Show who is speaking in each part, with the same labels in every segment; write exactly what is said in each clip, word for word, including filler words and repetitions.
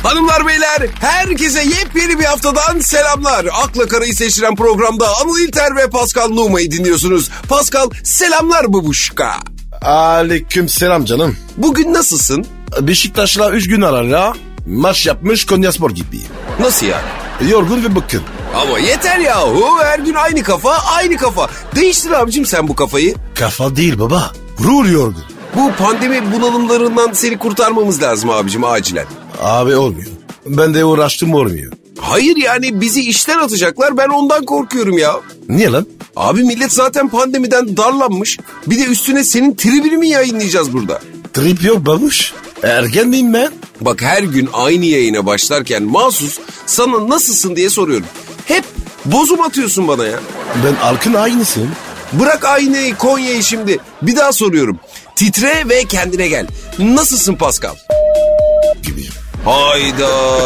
Speaker 1: Hanımlar beyler, herkese yepyeni bir haftadan selamlar. Akla Karayı seçtiren programda Anıl İlter ve Pascal Numa'yı dinliyorsunuz. Pascal, selamlar babuşka.
Speaker 2: Aleyküm selam canım.
Speaker 1: Bugün nasılsın?
Speaker 2: Beşiktaş'la üç gün arayla maç yapmış Konyaspor gibi.
Speaker 1: Nasıl ya?
Speaker 2: Yorgun ve bıkkın.
Speaker 1: Ama yeter yahu, her gün aynı kafa, aynı kafa. Değiştir abicim sen bu kafayı.
Speaker 2: Kafa değil baba, ruh yorgun.
Speaker 1: Bu pandemi bunalımlarından seni kurtarmamız lazım abicim, acilen.
Speaker 2: Abi olmuyor. Ben de uğraştım, olmuyor.
Speaker 1: Hayır yani bizi işten atacaklar, ben ondan korkuyorum ya.
Speaker 2: Niye lan?
Speaker 1: Abi millet zaten pandemiden darlanmış. Bir de üstüne senin tribini mi yayınlayacağız burada?
Speaker 2: Trip yok babuş. Ergen miyim ben?
Speaker 1: Bak her gün aynı yayına başlarken mahsus sana nasılsın diye soruyorum. Hep bozum atıyorsun bana ya.
Speaker 2: Ben halkın aynısıyım.
Speaker 1: Bırak aynayı Konya'yı şimdi. Bir daha soruyorum. Titre ve kendine gel. Nasılsın Pascal?
Speaker 2: Gibiyim.
Speaker 1: Hayda.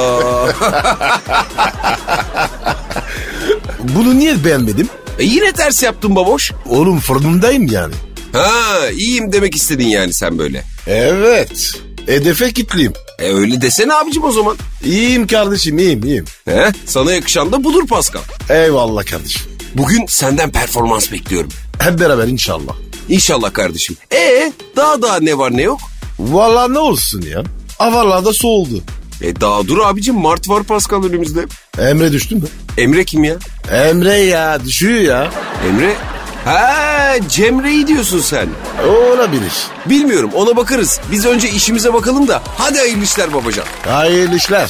Speaker 2: Bunu niye beğenmedim?
Speaker 1: E yine ters yaptın baboş.
Speaker 2: Oğlum fırındayım yani.
Speaker 1: Ha, iyiyim demek istedin yani sen böyle.
Speaker 2: Evet. Hedefe kilitliyim.
Speaker 1: E öyle desene abicim o zaman.
Speaker 2: İyiyim kardeşim, iyiyim iyiyim.
Speaker 1: He, sana yakışan da budur Pascal.
Speaker 2: Eyvallah kardeşim.
Speaker 1: Bugün senden performans bekliyorum.
Speaker 2: Hep beraber inşallah.
Speaker 1: İnşallah kardeşim. E daha daha ne var ne yok?
Speaker 2: Vallahi ne olsun ya. Havalarda soğudu.
Speaker 1: E daha dur abicim, Mart var Pascal önümüzde.
Speaker 2: Emre düştü mü?
Speaker 1: Emre kim ya?
Speaker 2: Emre ya, düşüyor ya.
Speaker 1: Emre? Ha, Cemre'yi diyorsun sen.
Speaker 2: Olabilir.
Speaker 1: Bilmiyorum, ona bakarız. Biz önce işimize bakalım da. Hadi hayırlı işler babacan.
Speaker 2: Hayırlı işler.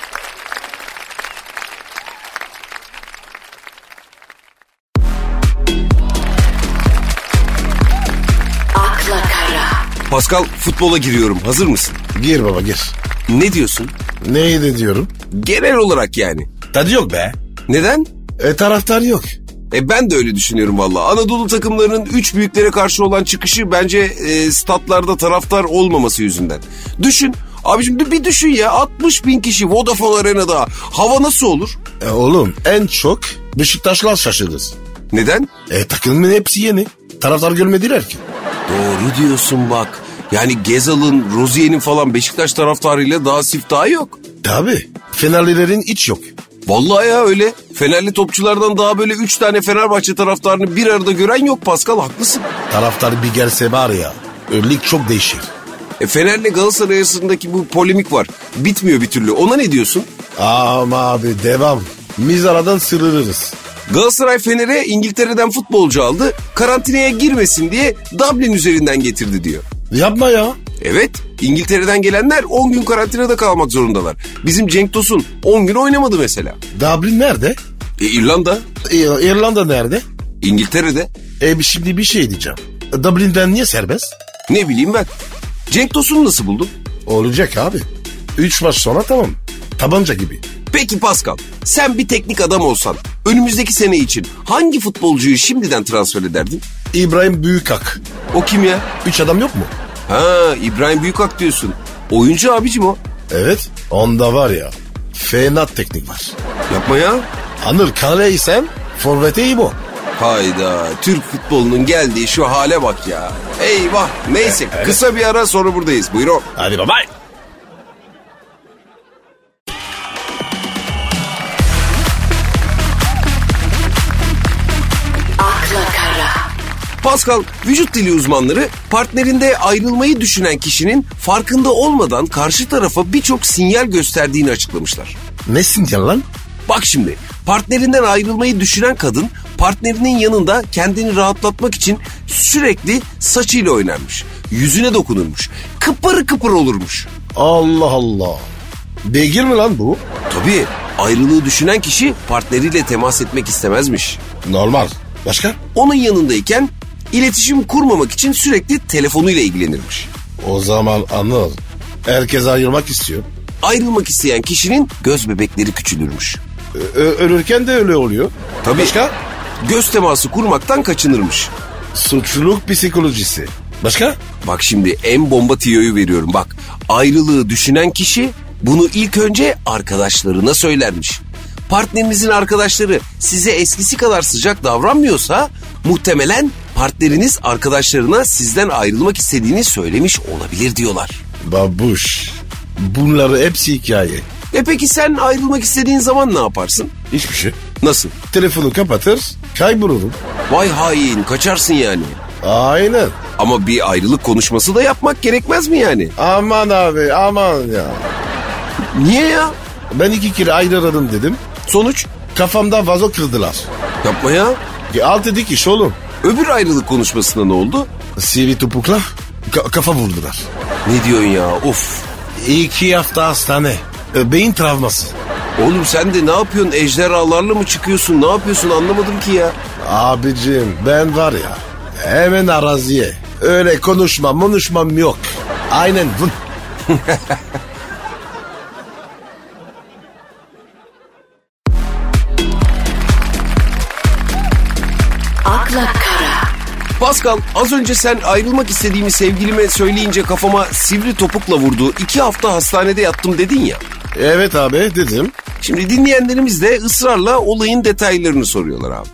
Speaker 3: Akla Kara.
Speaker 1: Pascal, futbola giriyorum. Hazır mısın?
Speaker 2: Gir baba gir.
Speaker 1: Ne diyorsun?
Speaker 2: Neydi diyorum?
Speaker 1: Genel olarak yani.
Speaker 2: Tadı yok be.
Speaker 1: Neden?
Speaker 2: E taraftar yok.
Speaker 1: E ben de öyle düşünüyorum valla. Anadolu takımlarının üç büyüklere karşı olan çıkışı bence e, statlarda taraftar olmaması yüzünden. Düşün. Abicim bir düşün ya, altmış bin kişi Vodafone Arena'da. Hava nasıl olur?
Speaker 2: E oğlum en çok Beşiktaşlar şaşırır.
Speaker 1: Neden?
Speaker 2: E takımın hepsi yeni. Taraftar görmediler ki.
Speaker 1: Doğru diyorsun bak. Yani Gezal'ın, Rozier'in falan Beşiktaş taraftarıyla daha siftahı yok.
Speaker 2: Tabii. Fenerlilerin hiç yok.
Speaker 1: Vallahi ya öyle. Fenerli topçulardan daha böyle üç tane Fenerbahçe taraftarını bir arada gören yok Pascal, haklısın.
Speaker 2: Taraftar bir gelse var ya, lig çok değişir.
Speaker 1: E Fener'le Galatasaray arasındaki bu polemik var. Bitmiyor bir türlü. Ona ne diyorsun?
Speaker 2: Ama abi devam. Biz aradan sırırırız.
Speaker 1: Galatasaray Fener'e İngiltere'den futbolcu aldı. Karantinaya girmesin diye Dublin üzerinden getirdi diyor.
Speaker 2: Yapma ya.
Speaker 1: Evet, İngiltere'den gelenler on gün karantinada kalmak zorundalar. Bizim Cenk Tosun on gün oynamadı mesela.
Speaker 2: Dublin nerede?
Speaker 1: E İrlanda.
Speaker 2: E, İrlanda nerede?
Speaker 1: İngiltere'de.
Speaker 2: E şimdi bir şey diyeceğim. Dublin'den niye serbest?
Speaker 1: Ne bileyim ben. Cenk Tosun'u nasıl buldun?
Speaker 2: Olacak abi. Üç maç sonra tamam. Tabanca gibi.
Speaker 1: Peki Pascal, sen bir teknik adam olsan önümüzdeki sene için hangi futbolcuyu şimdiden transfer ederdin?
Speaker 2: İbrahim Büyükak.
Speaker 1: O kim ya?
Speaker 2: Üç adam yok mu?
Speaker 1: Ha, İbrahim Büyükak diyorsun. Oyuncu abicim o.
Speaker 2: Evet. Onda var ya. Fena teknik var.
Speaker 1: Yapma ya.
Speaker 2: Anır kaleysen forvete iyi bu.
Speaker 1: Hayda, Türk futbolunun geldiği şu hale bak ya. Eyvah, neyse
Speaker 2: Evet.
Speaker 1: Kısa bir ara sonra buradayız. Buyurun.
Speaker 2: Hadi bye bye.
Speaker 3: Akla Kara.
Speaker 1: Pascal, vücut dili uzmanları partnerinde ayrılmayı düşünen kişinin farkında olmadan karşı tarafa birçok sinyal gösterdiğini açıklamışlar.
Speaker 2: Ne sinyal lan?
Speaker 1: Bak şimdi, partnerinden ayrılmayı düşünen kadın partnerinin yanında kendini rahatlatmak için sürekli saçıyla oynarmış. Yüzüne dokunurmuş. Kıpır kıpır olurmuş.
Speaker 2: Allah Allah. Beygir mi lan bu?
Speaker 1: Tabii ayrılığı düşünen kişi partneriyle temas etmek istemezmiş.
Speaker 2: Normal. Başka?
Speaker 1: Onun yanındayken iletişim kurmamak için sürekli telefonuyla ilgilenirmiş.
Speaker 2: O zaman anıl. Herkes ayırmak istiyor.
Speaker 1: Ayrılmak isteyen kişinin göz bebekleri küçülürmüş.
Speaker 2: Ö- ölürken de öyle oluyor.
Speaker 1: Tabii.
Speaker 2: Başka?
Speaker 1: Göz teması kurmaktan kaçınırmış.
Speaker 2: Suçluluk psikolojisi. Başka?
Speaker 1: Bak şimdi en bomba tiyoyu veriyorum bak. Ayrılığı düşünen kişi bunu ilk önce arkadaşlarına söylermiş. Partnerinizin arkadaşları size eskisi kadar sıcak davranmıyorsa muhtemelen partneriniz arkadaşlarına sizden ayrılmak istediğini söylemiş olabilir diyorlar.
Speaker 2: Babuş. Bunları hepsi hikaye.
Speaker 1: E peki sen ayrılmak istediğin zaman ne yaparsın?
Speaker 2: Hiçbir şey.
Speaker 1: Nasıl?
Speaker 2: Telefonu kapatır, kaybolurum.
Speaker 1: Vay hain, kaçarsın yani.
Speaker 2: Aynen.
Speaker 1: Ama bir ayrılık konuşması da yapmak gerekmez mi yani?
Speaker 2: Aman abi aman ya.
Speaker 1: Niye ya?
Speaker 2: Ben iki kere ayrılırım dedim.
Speaker 1: Sonuç?
Speaker 2: Kafamda vazo kırdılar.
Speaker 1: Yapma ya.
Speaker 2: E, alt dedik iş oğlum.
Speaker 1: Öbür ayrılık konuşmasında ne oldu?
Speaker 2: Sivri topukla ka- kafa vurdular.
Speaker 1: Ne diyorsun ya? Of.
Speaker 2: İki hafta hastane. E, beyin travması.
Speaker 1: Oğlum sen de ne yapıyorsun? Ejderhalarla mı çıkıyorsun? Ne yapıyorsun? Anlamadım ki ya.
Speaker 2: Abicim ben var ya hemen araziye. Öyle konuşmam konuşmam yok. Aynen vın.
Speaker 3: akla kara,
Speaker 1: Pascal, az önce sen ayrılmak istediğimi sevgilime söyleyince kafama sivri topukla vurdu. İki hafta hastanede yattım dedin ya.
Speaker 2: Evet abi dedim.
Speaker 1: Şimdi dinleyenlerimiz de ısrarla olayın detaylarını soruyorlar abi.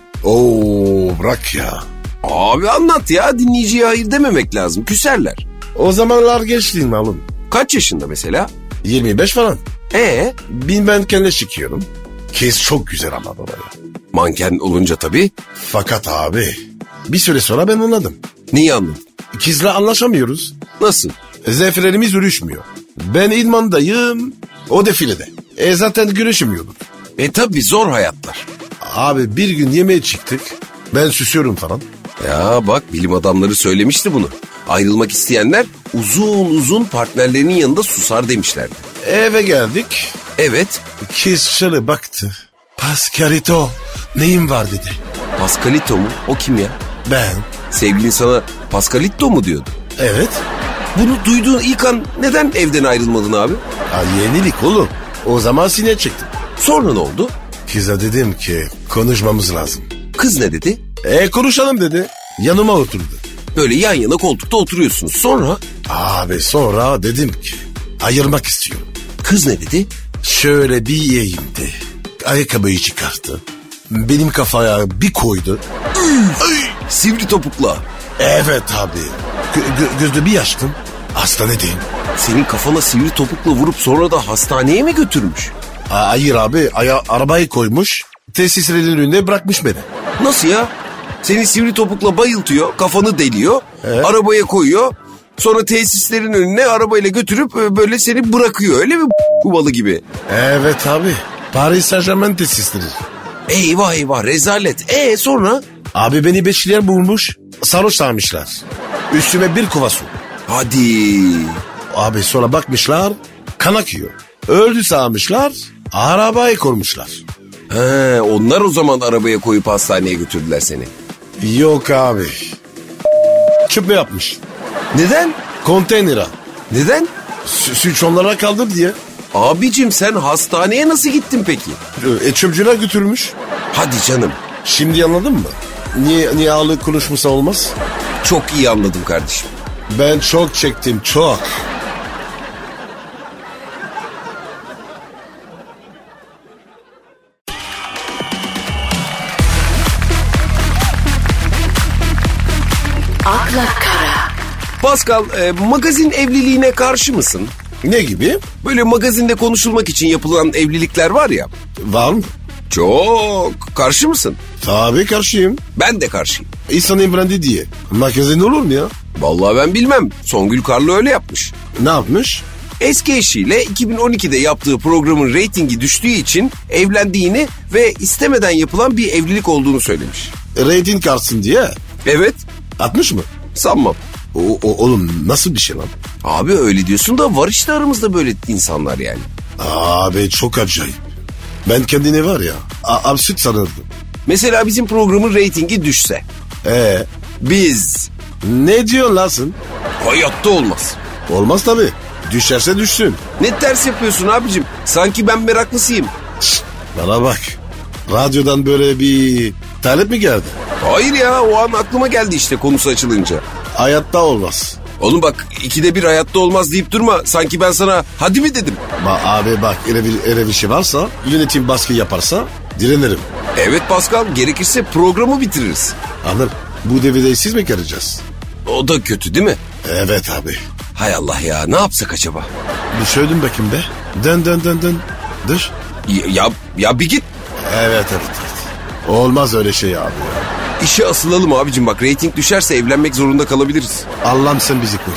Speaker 2: Oo bırak ya.
Speaker 1: Abi anlat ya, dinleyiciye hayır dememek lazım, küserler.
Speaker 2: O zamanlar geçtiğim oğlum.
Speaker 1: Kaç yaşında mesela?
Speaker 2: yirmi beş falan.
Speaker 1: Ee,
Speaker 2: Bin ben kendine çıkıyorum. Kez çok güzel ama baba.
Speaker 1: manken olunca tabii.
Speaker 2: Fakat abi bir süre sonra ben anladım.
Speaker 1: Neyi anladın?
Speaker 2: Kızla anlaşamıyoruz.
Speaker 1: Nasıl?
Speaker 2: Zefirlerimiz uyuşmuyor. Ben idmandayım, o defilede. E zaten görüşmüyorduk.
Speaker 1: E tabii zor hayatlar.
Speaker 2: Abi bir gün yemeğe çıktık. Ben süsüyorum falan.
Speaker 1: Ya bak, bilim adamları söylemişti bunu. Ayrılmak isteyenler uzun uzun partnerlerinin yanında susar demişlerdi.
Speaker 2: Eve geldik.
Speaker 1: Evet,
Speaker 2: Kız şöyle baktı. Pascalito neyim var dedi.
Speaker 1: Pascalito mu? O kim ya?
Speaker 2: Ben.
Speaker 1: Sevgilin sana Pascalito mu diyordu?
Speaker 2: Evet.
Speaker 1: Bunu duyduğun ilk an neden evden ayrılmadın abi?
Speaker 2: Ha, yenilik oğlum. O zaman sinir çektim.
Speaker 1: Sonra ne oldu?
Speaker 2: Kıza dedim ki konuşmamız lazım.
Speaker 1: Kız ne dedi?
Speaker 2: E konuşalım dedi. Yanıma oturdu.
Speaker 1: Böyle yan yana koltukta oturuyorsunuz. Sonra
Speaker 2: Abi sonra dedim ki ayırmak istiyorum.
Speaker 1: kız ne dedi?
Speaker 2: Şöyle bir eğimdi. Ayakkabıyı çıkarttı. Benim kafaya bir koydu.
Speaker 1: Sivri topukla.
Speaker 2: Evet abi. Gö- gö- gözü bir açtım. Hastanedeyim.
Speaker 1: Senin kafana sivri topukla vurup sonra da hastaneye mi götürmüş?
Speaker 2: Aa, hayır abi. Aya- arabayı koymuş. Tesislerin önünde bırakmış beni.
Speaker 1: Nasıl ya? Seni sivri topukla bayıltıyor, kafanı deliyor,
Speaker 2: Evet.
Speaker 1: arabaya koyuyor. Sonra tesislerin önüne arabayla götürüp e, böyle seni bırakıyor, öyle mi? Kubalı gibi.
Speaker 2: Evet abi. Paris Saint-Germain tesisleri.
Speaker 1: Eyvah eyvah, rezalet. E sonra?
Speaker 2: Abi beni beşliler bulmuş. Sarhoş sarmışlar. Üstüme bir kova su.
Speaker 1: Hadi.
Speaker 2: Abi sonra bakmışlar. Kan akıyor. Öldü sarmışlar. Arabayı koymuşlar.
Speaker 1: He, onlar o zaman arabaya koyup hastaneye götürdüler seni.
Speaker 2: Yok abi. Çöp mü yapmış?
Speaker 1: Neden?
Speaker 2: Konteynere.
Speaker 1: Neden?
Speaker 2: Sü- Suç onlara kaldı diye.
Speaker 1: Abicim sen hastaneye nasıl gittin peki?
Speaker 2: E çöpçüler götürmüş.
Speaker 1: Hadi canım.
Speaker 2: Şimdi anladın mı? Niye, niye ağırlık konuşması olmaz?
Speaker 1: Çok iyi anladım kardeşim.
Speaker 2: Ben çok çektim çok.
Speaker 3: akla kara,
Speaker 1: Pascal, e, magazin evliliğine karşı mısın?
Speaker 2: Ne gibi?
Speaker 1: Böyle magazinde konuşulmak için yapılan evlilikler var ya.
Speaker 2: Var mı?
Speaker 1: Çok. Karşı mısın?
Speaker 2: Tabii karşıyım.
Speaker 1: Ben de karşıyım.
Speaker 2: İnsan imrendi diye. Magazin olur mu ya?
Speaker 1: Vallahi ben bilmem. Songül Karlı öyle yapmış.
Speaker 2: Ne yapmış?
Speaker 1: Eski eşiyle iki bin on ikide yaptığı programın reytingi düştüğü için evlendiğini ve istemeden yapılan bir evlilik olduğunu söylemiş.
Speaker 2: Rating artsın diye.
Speaker 1: Evet,
Speaker 2: Atmış mı?
Speaker 1: sanmam.
Speaker 2: O, o- oğlum nasıl bir şey lan?
Speaker 1: Abi öyle diyorsun da var işte aramızda böyle insanlar yani.
Speaker 2: Abi çok acayip. Ben kendini var ya a- absürt sanırdım.
Speaker 1: Mesela bizim programın reytingi düşse.
Speaker 2: Ee,
Speaker 1: Biz
Speaker 2: ne diyorsun lan sen?
Speaker 1: hayatta olmaz.
Speaker 2: Olmaz tabii. Düşerse düşsün.
Speaker 1: Ne ters yapıyorsun abicim? Sanki ben meraklısıyım.
Speaker 2: Şşt, bana bak. Radyodan böyle bir talep mi geldi?
Speaker 1: Hayır ya, o an aklıma geldi işte konusu açılınca.
Speaker 2: Hayatta olmaz.
Speaker 1: Oğlum bak, ikide bir hayatta olmaz deyip durma. Sanki ben sana hadi mi dedim.
Speaker 2: Ba abi bak öyle bir, öyle bir şey varsa yönetim baskı yaparsa direnirim.
Speaker 1: Evet Pascal, gerekirse programı bitiririz.
Speaker 2: Anladın? Bu devirde siz mi karacağız?
Speaker 1: O da kötü değil mi?
Speaker 2: Evet abi.
Speaker 1: Hay Allah ya, ne yapsak acaba?
Speaker 2: Bir söyledim bakayım be. Dön dön dön dön. Dur.
Speaker 1: Ya, ya, ya bir git.
Speaker 2: Evet evet evet. Olmaz öyle şey abi.
Speaker 1: İşe asılalım abicim, bak reyting düşerse evlenmek zorunda kalabiliriz.
Speaker 2: Allah'ım sen bizi koru.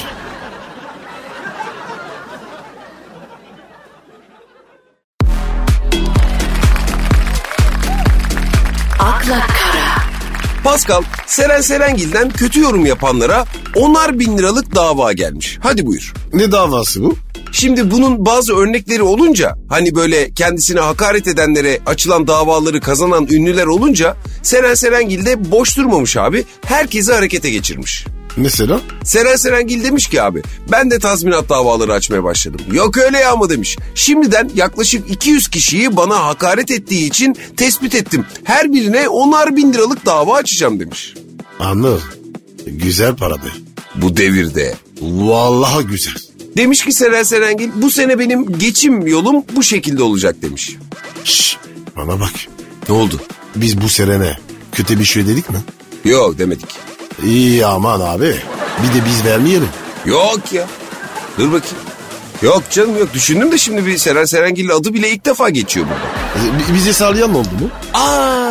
Speaker 3: Akla Kara.
Speaker 1: Pascal, Seren Serengil'den kötü yorum yapanlara onar bin liralık dava gelmiş. Hadi buyur.
Speaker 2: Ne davası bu?
Speaker 1: Şimdi bunun bazı örnekleri olunca, hani böyle kendisine hakaret edenlere açılan davaları kazanan ünlüler olunca Seren Serengil de boş durmamış abi. Herkesi harekete geçirmiş.
Speaker 2: Mesela?
Speaker 1: Seren Serengil demiş ki abi, ben de tazminat davaları açmaya başladım. Yok öyle ya mı demiş. Şimdiden yaklaşık iki yüz kişiyi bana hakaret ettiği için tespit ettim. Her birine onar bin liralık dava açacağım demiş.
Speaker 2: Anladım. Güzel para be.
Speaker 1: Bu devirde.
Speaker 2: Vallahi güzel.
Speaker 1: Demiş ki Seren Serengil, bu sene benim geçim yolum bu şekilde olacak demiş.
Speaker 2: Şşş, bana bak.
Speaker 1: Ne oldu?
Speaker 2: Biz bu Seren'e kötü bir şey dedik mi?
Speaker 1: Yok demedik.
Speaker 2: İyi aman abi. Bir de biz vermeyelim.
Speaker 1: Yok ya. Dur bakayım. Yok canım yok. Düşündüm de şimdi bir Seren Serengil'in adı bile ilk defa geçiyor burada.
Speaker 2: B- bize sallayan oldu mu?
Speaker 1: Aa!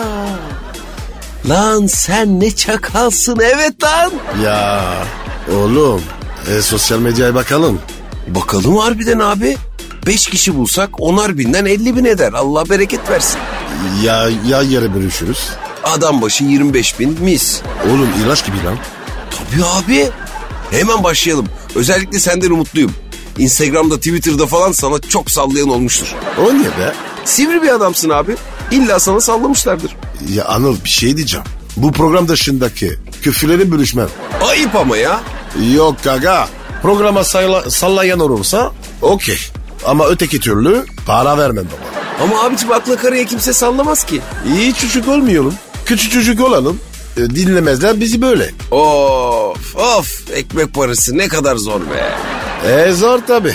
Speaker 1: Lan sen ne çakalsın, evet lan.
Speaker 2: Ya oğlum e, sosyal medyaya bakalım.
Speaker 1: Bakalım harbiden abi. Beş kişi bulsak onar binden elli bin eder. Allah bereket versin.
Speaker 2: Ya ya yere bölüşürüz.
Speaker 1: Adam başı yirmi beş bin mis.
Speaker 2: Oğlum ilaç gibi lan.
Speaker 1: Tabii abi. Hemen başlayalım. Özellikle senden umutluyum. Instagram'da, Twitter'da falan sana çok sallayan olmuştur.
Speaker 2: O ne be?
Speaker 1: Sivri bir adamsın abi. İlla sana sallamışlardır.
Speaker 2: Ya Anıl bir şey diyeceğim. Bu program dışındaki küfürleri bölüşmem.
Speaker 1: Ayıp ama ya.
Speaker 2: Yok gaga. Programa sayla, sallayan olursa okey. Ama öteki türlü para vermem baba.
Speaker 1: Ama abicim akla karaya kimse sallamaz ki.
Speaker 2: İyi çocuk olmayalım. Küçük çocuk olalım. E, dinlemezler bizi böyle.
Speaker 1: Of of, ekmek parası ne kadar zor be.
Speaker 2: E zor tabii.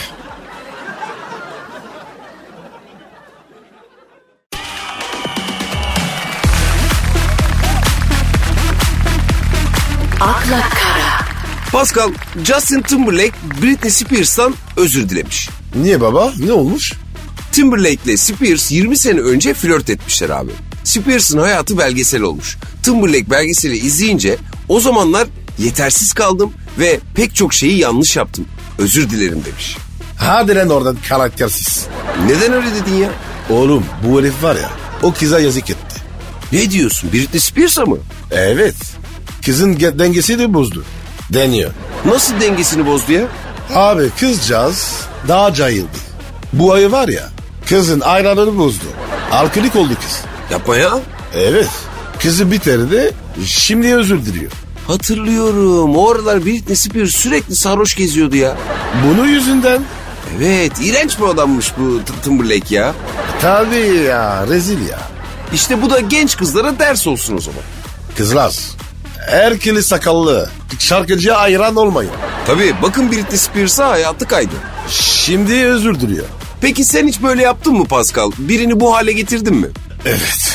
Speaker 3: Akla Kara.
Speaker 1: Pascal, Justin Timberlake Britney Spears'tan özür dilemiş.
Speaker 2: Niye baba? Ne olmuş?
Speaker 1: Timberlake ile Spears yirmi sene önce flört etmişler abi. Spears'ın hayatı belgesel olmuş. Timberlake belgeseli izleyince o zamanlar yetersiz kaldım ve pek çok şeyi yanlış yaptım. Özür dilerim demiş.
Speaker 2: Hadi lan oradan karaktersiz.
Speaker 1: Neden öyle dedin ya?
Speaker 2: Oğlum bu herif var ya o kıza yazık etti.
Speaker 1: Ne diyorsun, Britney Spears'a mı?
Speaker 2: Evet. Kızın ge- dengesi de bozdu. Deniyor.
Speaker 1: Nasıl dengesini bozdu ya?
Speaker 2: Abi kızcağız daha cahildi. Bu ayı var ya kızın ayranını bozdu. Alkolik oldu kız.
Speaker 1: Yapma ya.
Speaker 2: Evet. Kızı bitirdi şimdi özür diliyor.
Speaker 1: Hatırlıyorum. O aralar Britney Spears sürekli sarhoş geziyordu ya.
Speaker 2: Bunun yüzünden.
Speaker 1: Evet, iğrenç bir adammış bu T- Timberlake ya.
Speaker 2: Tabii ya rezil ya.
Speaker 1: İşte bu da genç kızlara ders olsun o zaman.
Speaker 2: Kızlar erkeli sakallı şarkıcıya ayran olmayın.
Speaker 1: Tabii bakın Britney Spears'a hayatı kaydı.
Speaker 2: Şimdi özür diliyor.
Speaker 1: Peki sen hiç böyle yaptın mı Pascal? Birini bu hale getirdin mi?
Speaker 2: Evet.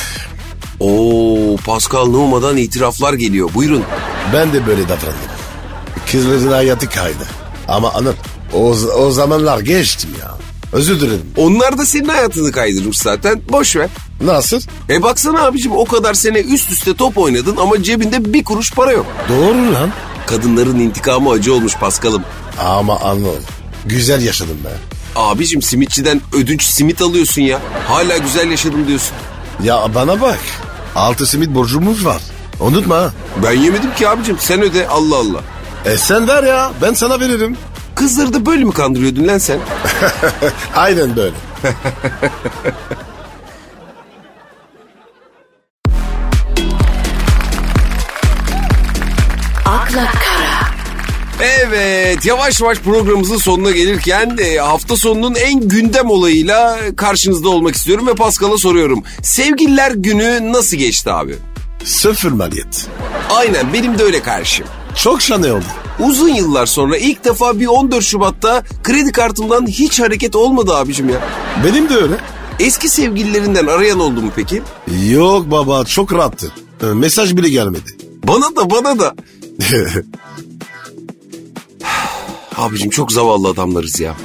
Speaker 1: Oo, Pascal Numa'dan itiraflar geliyor. Buyurun.
Speaker 2: Ben de böyle davrandım. Kızların hayatı kaydı. Ama Anıl o, o zamanlar geçtim ya. Özür dilerim.
Speaker 1: Onlar da senin hayatını kaydırmış zaten. Boş ver.
Speaker 2: Nasıl?
Speaker 1: E baksana abicim, o kadar sene üst üste top oynadın ama cebinde bir kuruş para yok.
Speaker 2: Doğru lan.
Speaker 1: Kadınların intikamı acı olmuş Pascal'ım.
Speaker 2: Ama Anıl güzel yaşadım be.
Speaker 1: Abicim simitçiden ödünç simit alıyorsun ya. Hala güzel yaşadım diyorsun.
Speaker 2: Ya bana bak. Altı simit borcumuz var. Unutma ha.
Speaker 1: Ben yemedim ki abicim, sen öde, Allah Allah.
Speaker 2: E sen ver ya ben sana veririm.
Speaker 1: Kızları da böyle mi kandırıyordun lan sen?
Speaker 2: Aynen böyle.
Speaker 3: Akla Kara.
Speaker 1: Evet, yavaş yavaş programımızın sonuna gelirken e, hafta sonunun en gündem olayıyla karşınızda olmak istiyorum ve Pascal'a soruyorum. Sevgililer günü nasıl geçti abi?
Speaker 2: Sıfır maliyet.
Speaker 1: Aynen, benim de öyle karşım.
Speaker 2: Çok şahane oldu.
Speaker 1: Uzun yıllar sonra ilk defa bir on dört Şubat'ta kredi kartımdan hiç hareket olmadı abicim ya.
Speaker 2: Benim de öyle.
Speaker 1: Eski sevgililerinden arayan oldu mu peki?
Speaker 2: Yok baba çok rahattı. E, Mesaj bile gelmedi.
Speaker 1: Bana da bana da. Abicim çok zavallı adamlarız ya.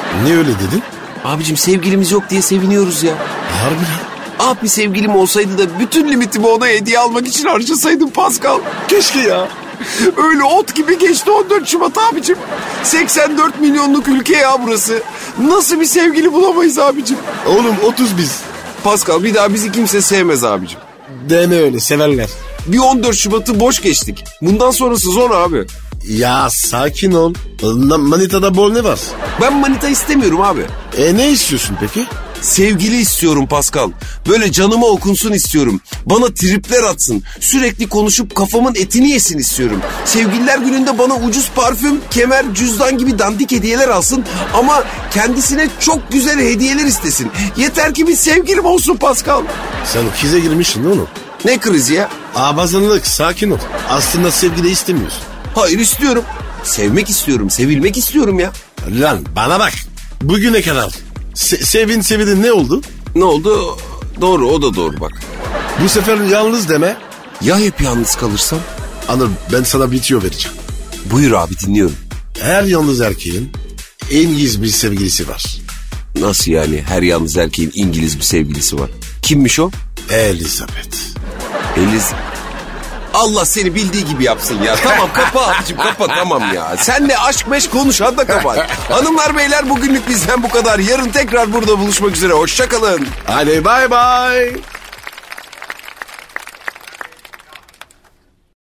Speaker 2: Ne öyle dedin?
Speaker 1: Abicim sevgilimiz yok diye seviniyoruz ya.
Speaker 2: Harbi lan.
Speaker 1: Ah bir sevgilim olsaydı da bütün limitimi ona hediye almak için harcasaydım Pascal.
Speaker 2: Keşke ya.
Speaker 1: Öyle ot gibi geçti on dört Şubat abicim. seksen dört milyonluk ülke ya burası. Nasıl bir sevgili bulamayız abicim?
Speaker 2: Oğlum otuz biz.
Speaker 1: Pascal bir daha bizi kimse sevmez abicim.
Speaker 2: Deme öyle, severler.
Speaker 1: Bir on dört Şubat'ı boş geçtik. Bundan sonrası zor abi.
Speaker 2: Ya sakin ol. Manita'da bol ne var?
Speaker 1: Ben manita istemiyorum abi.
Speaker 2: E ne istiyorsun peki?
Speaker 1: Sevgili istiyorum Pascal. Böyle canıma okunsun istiyorum. Bana tripler atsın. Sürekli konuşup kafamın etini yesin istiyorum. Sevgililer gününde bana ucuz parfüm, kemer, cüzdan gibi dandik hediyeler alsın. Ama kendisine çok güzel hediyeler istesin. Yeter ki bir sevgilim olsun Pascal.
Speaker 2: Sen krize girmişsin oğlum.
Speaker 1: Ne krizi ya?
Speaker 2: Abazanlık, sakin ol. Aslında sevgili istemiyorsun.
Speaker 1: Hayır istiyorum. Sevmek istiyorum, sevilmek istiyorum ya.
Speaker 2: Lan bana bak. Bugüne kadar se- sevin sevilin ne oldu?
Speaker 1: Ne oldu? Doğru, o da doğru bak.
Speaker 2: Bu sefer yalnız deme.
Speaker 1: Ya hep yalnız kalırsam?
Speaker 2: Anıl, ben sana bir tüyo vereceğim.
Speaker 1: Buyur abi, dinliyorum.
Speaker 2: Her yalnız erkeğin İngiliz bir sevgilisi var.
Speaker 1: Nasıl yani? Her yalnız erkeğin İngiliz bir sevgilisi var. Kimmiş o?
Speaker 2: Elizabeth.
Speaker 1: Eliz... Allah seni bildiği gibi yapsın ya. Tamam kapa abicim, kapa tamam ya. Senle aşk meşk konuşan da kapat. Hanımlar beyler, bugünlük bizden bu kadar. Yarın tekrar burada buluşmak üzere. Hoşça kalın.
Speaker 2: Hadi bay bay.